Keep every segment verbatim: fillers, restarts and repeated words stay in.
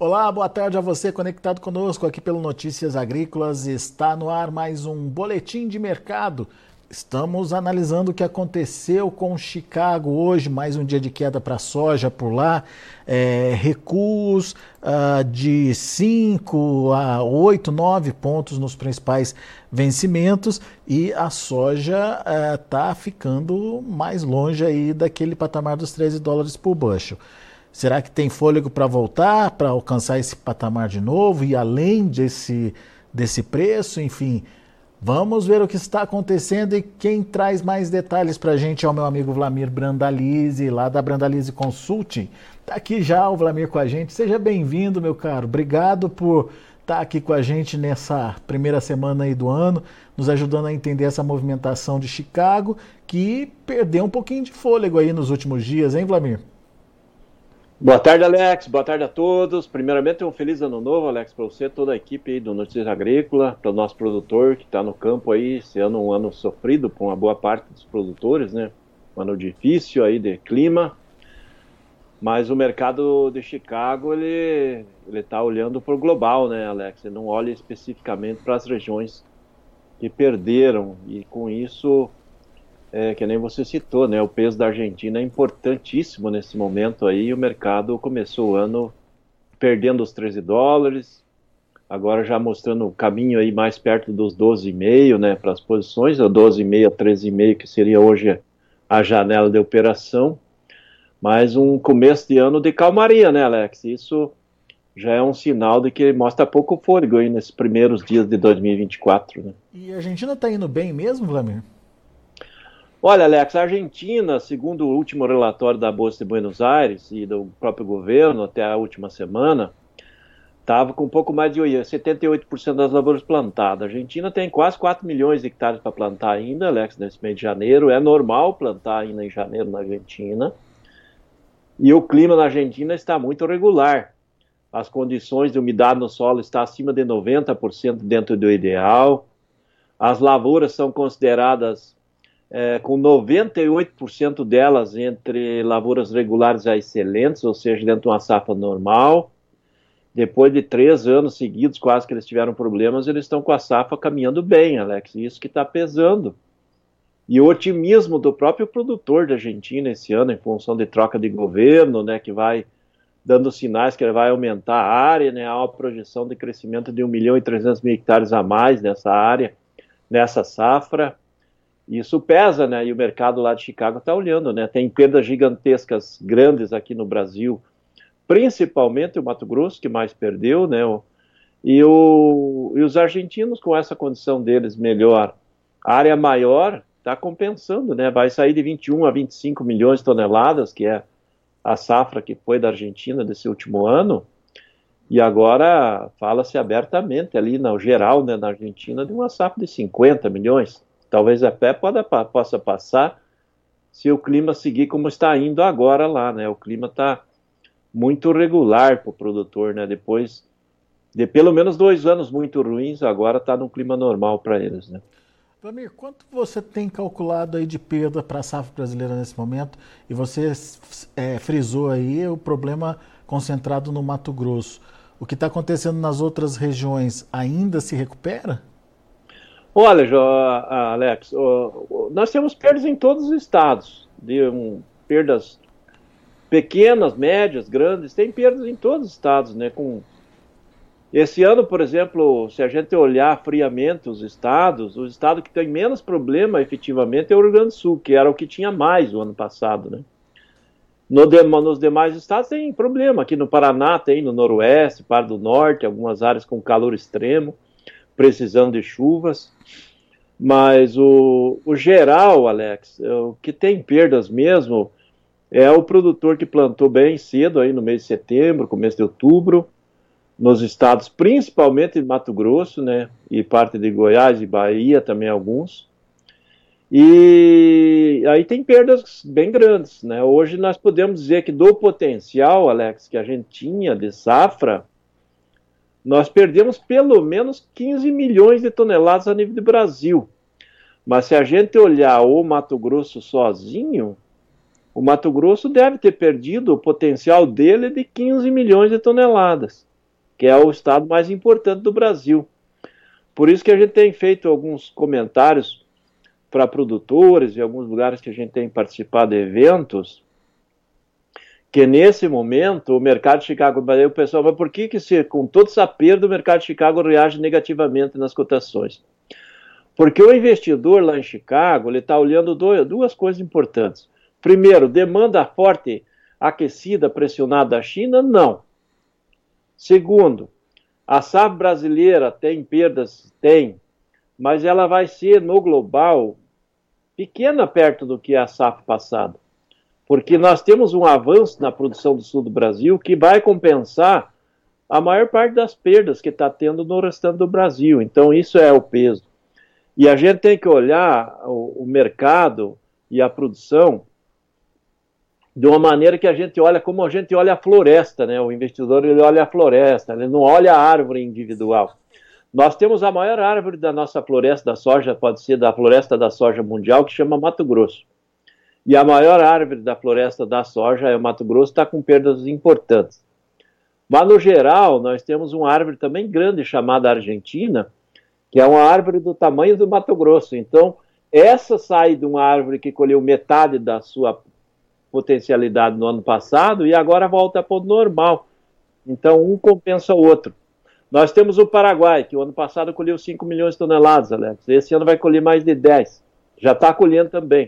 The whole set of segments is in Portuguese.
Olá, boa tarde a você conectado conosco aqui pelo Notícias Agrícolas. Está no ar mais um boletim de mercado. Estamos analisando o que aconteceu com Chicago hoje, mais um dia de queda para a soja por lá, é, recuos uh, de cinco a oito, nove pontos nos principais vencimentos e a soja está uh, ficando mais longe aí daquele patamar dos treze dólares por bushel. Será que tem fôlego para voltar, para alcançar esse patamar de novo e além desse, desse preço? Enfim, vamos ver o que está acontecendo e quem traz mais detalhes para a gente é o meu amigo Vlamir Brandalize, lá da Brandalize Consulting. Está aqui já o Vlamir com a gente. Seja bem-vindo, meu caro. Obrigado por estar aqui com a gente nessa primeira semana aí do ano, nos ajudando a entender essa movimentação de Chicago, que perdeu um pouquinho de fôlego aí nos últimos dias, hein, Vlamir? Boa tarde, Alex. Boa tarde a todos. Primeiramente, um feliz ano novo, Alex, para você, toda a equipe aí do Notícias Agrícola, para o nosso produtor que está no campo aí, esse ano um ano sofrido por uma boa parte dos produtores, né? Um ano difícil aí de clima, mas o mercado de Chicago, ele ele está olhando para o global, né, Alex? Ele não olha especificamente para as regiões que perderam e com isso... É, que nem você citou, né? O peso da Argentina é importantíssimo nesse momento aí. O mercado começou o ano perdendo os treze dólares, agora já mostrando o caminho aí mais perto dos doze vírgula cinco, né? Para as posições, o doze vírgula cinco a treze vírgula cinco, que seria hoje a janela de operação. Mas um começo de ano de calmaria, né, Alex? Isso já é um sinal de que mostra pouco fôlego aí nesses primeiros dias de dois mil e vinte e quatro, né? E a Argentina está indo bem mesmo, Vlamir? Olha, Alex, a Argentina, segundo o último relatório da Bolsa de Buenos Aires e do próprio governo até a última semana, estava com um pouco mais de setenta e oito por cento das lavouras plantadas. A Argentina tem quase quatro milhões de hectares para plantar ainda, Alex, nesse mês de janeiro. É normal plantar ainda em janeiro na Argentina. E o clima na Argentina está muito regular. As condições de umidade no solo estão acima de noventa por cento dentro do ideal. As lavouras são consideradas... É, com noventa e oito por cento delas entre lavouras regulares a excelentes, ou seja, dentro de uma safra normal. Depois de três anos seguidos, quase que eles tiveram problemas, eles estão com a safra caminhando bem, Alex, isso que está pesando. E o otimismo do próprio produtor da Argentina esse ano, em função de troca de governo, né, que vai dando sinais que ele vai aumentar a área, né, há uma projeção de crescimento de um milhão e trezentos mil hectares a mais nessa área, nessa safra. Isso pesa, né? E o mercado lá de Chicago está olhando, né? Tem perdas gigantescas, grandes aqui no Brasil, principalmente o Mato Grosso, que mais perdeu, né? E, o, e os argentinos, com essa condição deles melhor, a área maior está compensando, né? Vai sair de vinte e um a vinte e cinco milhões de toneladas, que é a safra que foi da Argentina desse último ano, e agora fala-se abertamente ali, no geral, né, na Argentina, de uma safra de cinquenta milhões. Talvez até pode, possa passar se o clima seguir como está indo agora lá, né? O clima está muito regular para o produtor, né? Depois de pelo menos dois anos muito ruins, agora está num clima normal para eles, né? Vlamir, quanto você tem calculado aí de perda para a safra brasileira nesse momento? E você é, frisou aí o problema concentrado no Mato Grosso. O que está acontecendo nas outras regiões ainda se recupera? Olha, Alex, nós temos perdas em todos os estados, de um, perdas pequenas, médias, grandes, tem perdas em todos os estados, né? Com esse ano, por exemplo, se a gente olhar friamente os estados, o estado que tem menos problema, efetivamente, é o Rio Grande do Sul, que era o que tinha mais o ano passado, né? No, nos demais estados tem problema, aqui no Paraná tem, no Noroeste, parte do Norte, algumas áreas com calor extremo, precisando de chuvas, mas o, o geral, Alex, o que tem perdas mesmo é o produtor que plantou bem cedo, aí no mês de setembro, começo de outubro, nos estados, principalmente de Mato Grosso, né, e parte de Goiás e Bahia também alguns, e aí tem perdas bem grandes, né. Hoje nós podemos dizer que do potencial, Alex, que a gente tinha de safra, nós perdemos pelo menos quinze milhões de toneladas a nível de Brasil. Mas se a gente olhar o Mato Grosso sozinho, o Mato Grosso deve ter perdido o potencial dele de quinze milhões de toneladas. que é o estado mais importante do Brasil. Por isso que a gente tem feito alguns comentários para produtores e alguns lugares que a gente tem participado de eventos, que nesse momento o mercado de Chicago, o pessoal, mas por que, que se, com toda essa perda o mercado de Chicago reage negativamente nas cotações? Porque o investidor lá em Chicago, ele está olhando dois, duas coisas importantes. Primeiro, demanda forte, aquecida, pressionada da China? Não. Segundo, a safra brasileira tem perdas? Tem, mas ela vai ser, no global, pequena perto do que é a safra passada. Porque nós temos um avanço na produção do sul do Brasil que vai compensar a maior parte das perdas que está tendo no restante do Brasil. Então, isso é o peso. E a gente tem que olhar o, o mercado e a produção de uma maneira que a gente olha como a gente olha a floresta, né? O investidor, ele olha a floresta, ele não olha a árvore individual. Nós temos a maior árvore da nossa floresta da soja, pode ser da floresta da soja mundial, que chama Mato Grosso. E a maior árvore da floresta da soja é o Mato Grosso, está com perdas importantes. Mas, no geral, nós temos uma árvore também grande chamada Argentina, que é uma árvore do tamanho do Mato Grosso. Então, essa sai de uma árvore que colheu metade da sua potencialidade no ano passado e agora volta para o normal. Então, um compensa o outro. Nós temos o Paraguai, que o ano passado colheu cinco milhões de toneladas, Alex. Esse ano vai colher mais de dez. Já está colhendo também.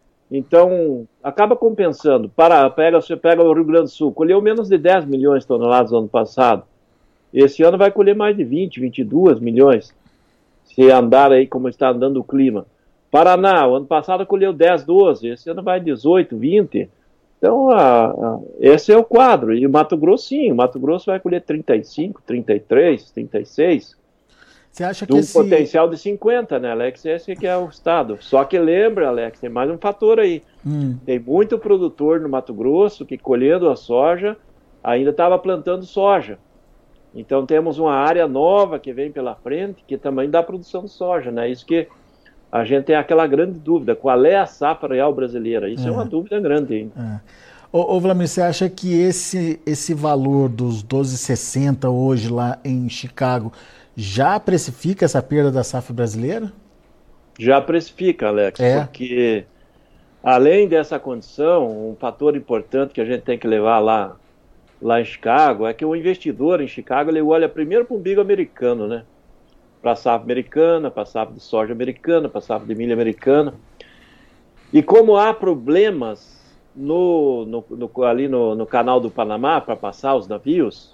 Então, acaba compensando. Para, pega, você pega o Rio Grande do Sul, colheu menos de dez milhões de toneladas no ano passado. Esse ano vai colher mais de vinte, vinte e dois milhões, se andar aí como está andando o clima. Paraná, o ano passado colheu dez, doze, esse ano vai dezoito, vinte. Então, a, a, esse é o quadro. E o Mato Grosso, sim, o Mato Grosso vai colher trinta e cinco, trinta e três, trinta e seis. Você acha que um esse... potencial de cinquenta, né, Alex? Esse que é o estado. Só que lembra, Alex, tem mais um fator aí. Hum. Tem muito produtor no Mato Grosso que, colhendo a soja, ainda estava plantando soja. Então, temos uma área nova que vem pela frente, que também dá produção de soja, né? Isso que a gente tem aquela grande dúvida, qual é a safra real brasileira? Isso é, é uma dúvida grande ainda. É. Ô, ô Vlamir, você acha que esse, esse valor dos doze e sessenta hoje lá em Chicago já precifica essa perda da safra brasileira? Já precifica, Alex, é. Porque além dessa condição, um fator importante que a gente tem que levar lá, lá em Chicago é que o investidor em Chicago, ele olha primeiro para o umbigo americano, né? Para a safra americana, para a safra de soja americana, para a safra de milho americana. E como há problemas no, no, no, ali no, no canal do Panamá para passar os navios,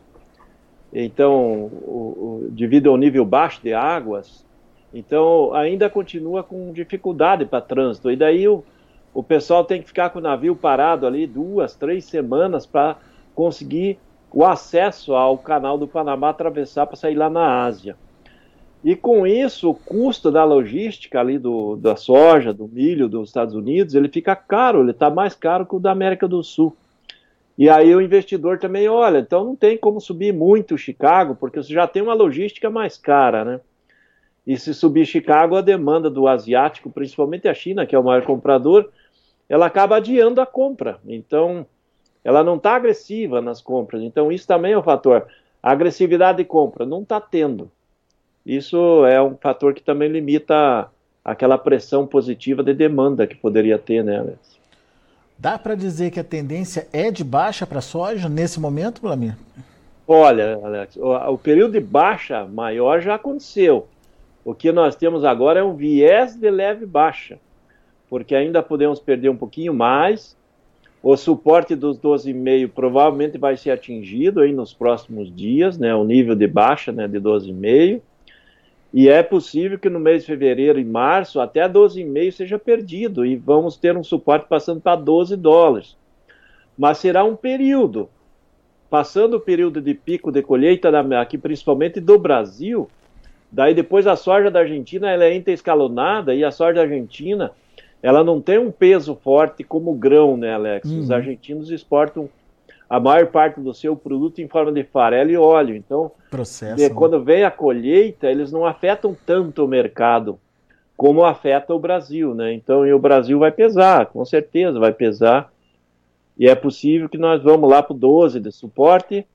então, o, o, devido ao nível baixo de águas, então ainda continua com dificuldade para trânsito. E daí o, o pessoal tem que ficar com o navio parado ali duas, três semanas para conseguir o acesso ao canal do Panamá, atravessar para sair lá na Ásia. E com isso, o custo da logística ali do, da soja, do milho dos Estados Unidos, ele fica caro, ele está mais caro que o da América do Sul. E aí o investidor também olha, então não tem como subir muito Chicago, porque você já tem uma logística mais cara, né? E se subir Chicago, a demanda do asiático, principalmente a China, que é o maior comprador, ela acaba adiando a compra. Então, ela não está agressiva nas compras. Então, isso também é um fator. A agressividade de compra não está tendo. Isso é um fator que também limita aquela pressão positiva de demanda que poderia ter, né, Alex? Dá para dizer que a tendência é de baixa para a soja nesse momento, Vlamir? Olha, Alex, o, o período de baixa maior já aconteceu. O que nós temos agora é um viés de leve baixa, porque ainda podemos perder um pouquinho mais. O suporte dos doze vírgula cinco provavelmente vai ser atingido aí nos próximos dias, né, o nível de baixa, né, de doze vírgula cinco. E é possível que no mês de fevereiro e março até doze vírgula cinco seja perdido e vamos ter um suporte passando para doze dólares. Mas será um período. Passando o período de pico de colheita, aqui principalmente do Brasil, daí depois a soja da Argentina ela é interescalonada e a soja da Argentina ela não tem um peso forte como grão, né, Alex? Uhum. Os argentinos exportam a maior parte do seu produto em forma de farelo e óleo. Então, Processo, de, quando vem a colheita, eles não afetam tanto o mercado como afeta o Brasil, né? Então, e o Brasil vai pesar, com certeza vai pesar. E é possível que nós vamos lá para o doze de suporte,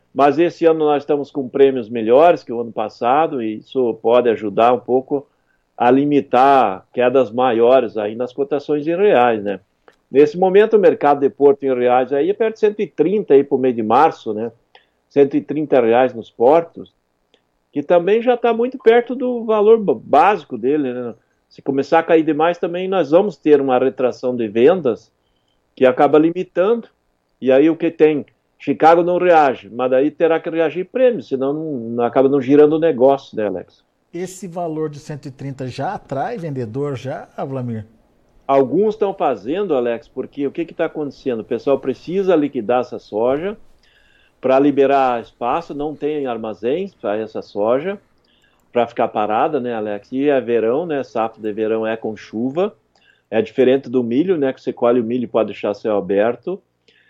mas esse ano nós estamos com prêmios melhores que o ano passado, e isso pode ajudar um pouco a limitar quedas maiores aí nas cotações em reais, né? Nesse momento o mercado de Porto em reais aí é perto de cento e trinta aí para o mês de março, né? cento e trinta reais nos portos, que também já está muito perto do valor básico dele, né? Se começar a cair demais também nós vamos ter uma retração de vendas que acaba limitando, e aí o que tem? Chicago não reage, mas daí terá que reagir prêmio, senão não, não acaba não girando o negócio, né, Alex? Esse valor de cento e trinta já atrai vendedor já, Vlamir? Alguns estão fazendo, Alex, porque o que está acontecendo? O pessoal precisa liquidar essa soja para liberar espaço, não tem armazéns para essa soja, para ficar parada, né, Alex? E é verão, né? Safra de verão é com chuva, é diferente do milho, né? Que você colhe o milho e pode deixar céu aberto,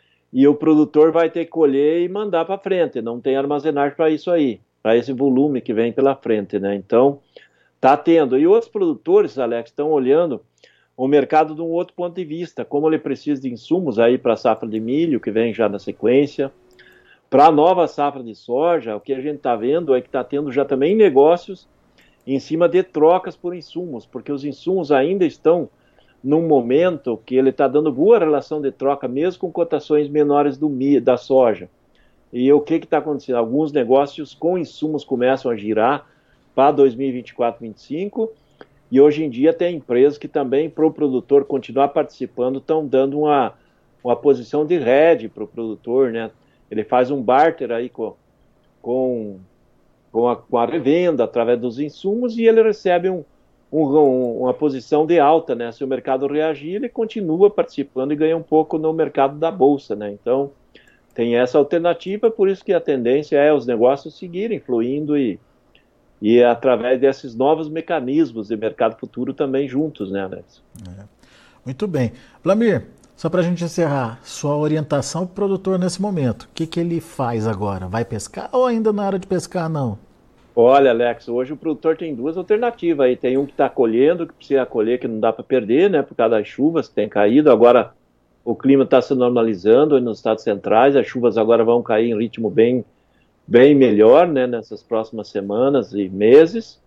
e o produtor vai ter que colher e mandar para frente, não tem armazenagem para isso aí, para esse volume que vem pela frente, né? Então, tá tendo. E outros produtores, Alex, estão olhando o mercado de um outro ponto de vista, como ele precisa de insumos aí para a safra de milho, que vem já na sequência, para a nova safra de soja. O que a gente está vendo é que está tendo já também negócios em cima de trocas por insumos, porque os insumos ainda estão num momento que ele está dando boa relação de troca, mesmo com cotações menores do milho, da soja. E o que está acontecendo? Alguns negócios com insumos começam a girar para dois mil e vinte e quatro, vinte e cinco, e hoje em dia tem empresas que também, para o produtor continuar participando, estão dando uma, uma posição de hedge para o produtor, né? Ele faz um barter aí com, com, com, a, com a revenda através dos insumos, e ele recebe um, um, um, uma posição de alta, né? Se o mercado reagir, ele continua participando e ganha um pouco no mercado da bolsa, né? Então, tem essa alternativa, por isso que a tendência é os negócios seguirem fluindo e E através desses novos mecanismos de mercado futuro também juntos, né, Alex? É. Muito bem. Vlamir, só para a gente encerrar, sua orientação para o produtor nesse momento, o que, que ele faz agora? Vai pescar ou ainda não é hora de pescar, não? Olha, Alex, hoje o produtor tem duas alternativas aí. Tem um que está colhendo, que precisa colher, que não dá para perder, né, por causa das chuvas que tem caído. Agora o clima está se normalizando nos estados centrais, as chuvas agora vão cair em ritmo bem bem melhor, né, nessas próximas semanas e meses.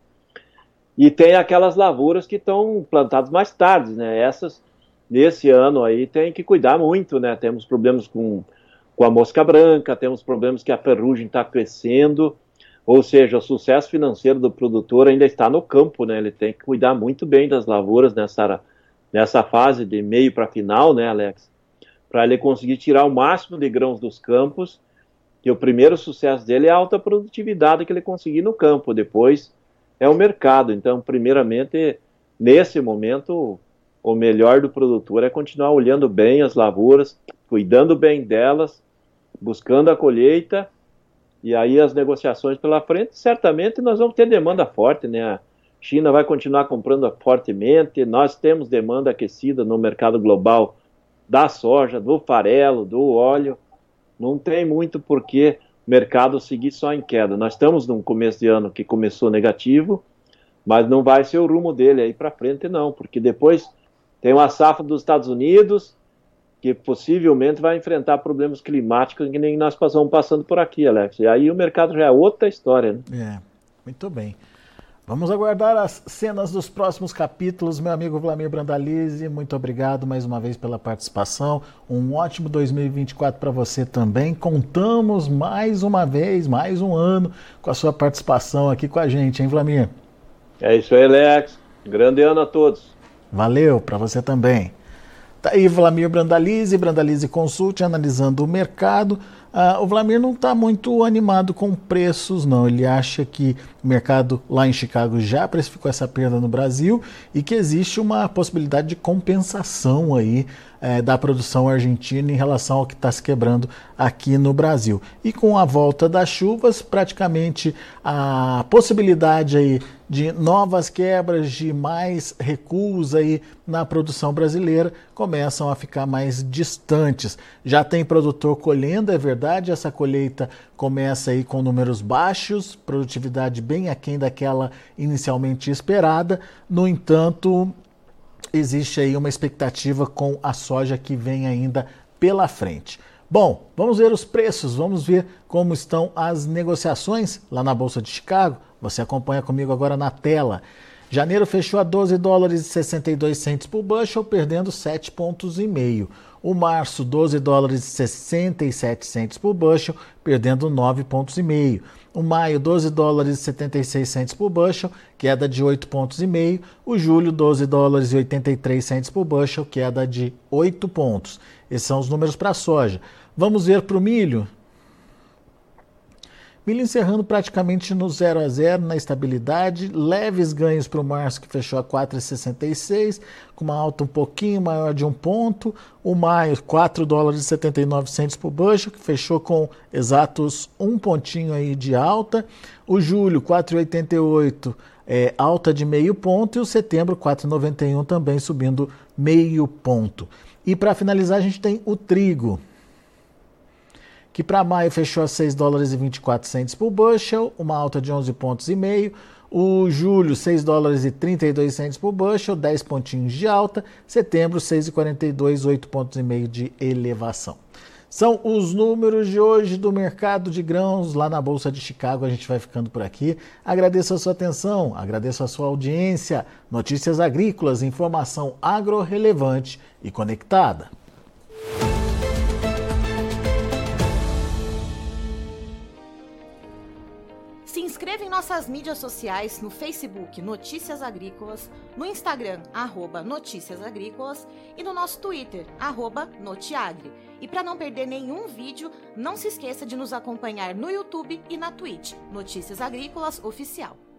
E tem aquelas lavouras que estão plantadas mais tarde, né? Essas, nesse ano aí, tem que cuidar muito, né? Temos problemas com, com a mosca branca, temos problemas que a ferrugem está crescendo, ou seja, o sucesso financeiro do produtor ainda está no campo, né? Ele tem que cuidar muito bem das lavouras nessa, nessa fase de meio para final, né, Alex? Para ele conseguir tirar o máximo de grãos dos campos, que o primeiro sucesso dele é a alta produtividade que ele conseguir no campo, depois é o mercado. Então, primeiramente, nesse momento, o melhor do produtor é continuar olhando bem as lavouras, cuidando bem delas, buscando a colheita, e aí as negociações pela frente, certamente nós vamos ter demanda forte, né? A China vai continuar comprando fortemente, nós temos demanda aquecida no mercado global da soja, do farelo, do óleo. Não tem muito por que o mercado seguir só em queda. Nós estamos num começo de ano que começou negativo, mas não vai ser o rumo dele aí para frente, não, porque depois tem uma safra dos Estados Unidos que possivelmente vai enfrentar problemas climáticos que nem nós passamos passando por aqui, Alex. E aí o mercado já é outra história, né? É, muito bem. Vamos aguardar as cenas dos próximos capítulos. Meu amigo Vlamir Brandalize, muito obrigado mais uma vez pela participação. Um ótimo dois mil e vinte e quatro para você também. Contamos mais uma vez, mais um ano, com a sua participação aqui com a gente, hein, Vlamir? É isso aí, Alex. Grande ano a todos. Valeu, para você também. Tá aí Vlamir Brandalize, Brandalize Consult, analisando o mercado. Ah, o Vlamir não está muito animado com preços, não. Ele acha que o mercado lá em Chicago já precificou essa perda no Brasil e que existe uma possibilidade de compensação aí é, da produção argentina em relação ao que está se quebrando aqui no Brasil. E com a volta das chuvas, praticamente a possibilidade aí de novas quebras, de mais recuos aí na produção brasileira começam a ficar mais distantes. Já tem produtor colhendo, é verdade, essa colheita começa aí com números baixos, produtividade bem aquém daquela inicialmente esperada. No entanto, existe aí uma expectativa com a soja que vem ainda pela frente. Bom, vamos ver os preços, vamos ver como estão as negociações lá na Bolsa de Chicago. Você acompanha comigo agora na tela. Janeiro fechou a doze dólares e sessenta e dois centavos por bushel, perdendo sete pontos e meio. O março, doze dólares e sessenta e sete centavos por bushel, perdendo nove pontos e meio. O maio, doze dólares e setenta e seis centavos por bushel, queda de oito pontos e meio. O julho, doze dólares e oitenta e três centavos por bushel, queda de oito pontos. Esses são os números para a soja. Vamos ver para o milho. Milho encerrando praticamente no zero a zero, na estabilidade, leves ganhos para o março, que fechou a quatro reais e sessenta e seis, com uma alta um pouquinho maior de um ponto. O maio, quatro dólares e setenta e nove centavos por bushel, que fechou com exatos um pontinho aí de alta. O julho, quatro reais e oitenta e oito, é, alta de meio ponto. E o setembro, quatro reais e noventa e um, também subindo meio ponto. E para finalizar, a gente tem o trigo, que para maio fechou a seis dólares e vinte e quatro centavos por bushel, uma alta de onze pontos e meio. O julho, seis dólares e trinta e dois centavos por bushel, dez pontinhos de alta. Setembro, seis e quarenta e dois, oito pontos e meio de elevação. São os números de hoje do mercado de grãos lá na Bolsa de Chicago. A gente vai ficando por aqui. Agradeço a sua atenção, agradeço a sua audiência. Notícias agrícolas, informação agro-relevante e conectada. Se inscreva em nossas mídias sociais, no Facebook Notícias Agrícolas, no Instagram, arroba Notícias Agrícolas e no nosso Twitter, arroba Notiagre. E para não perder nenhum vídeo, não se esqueça de nos acompanhar no YouTube e na Twitch, Notícias Agrícolas Oficial.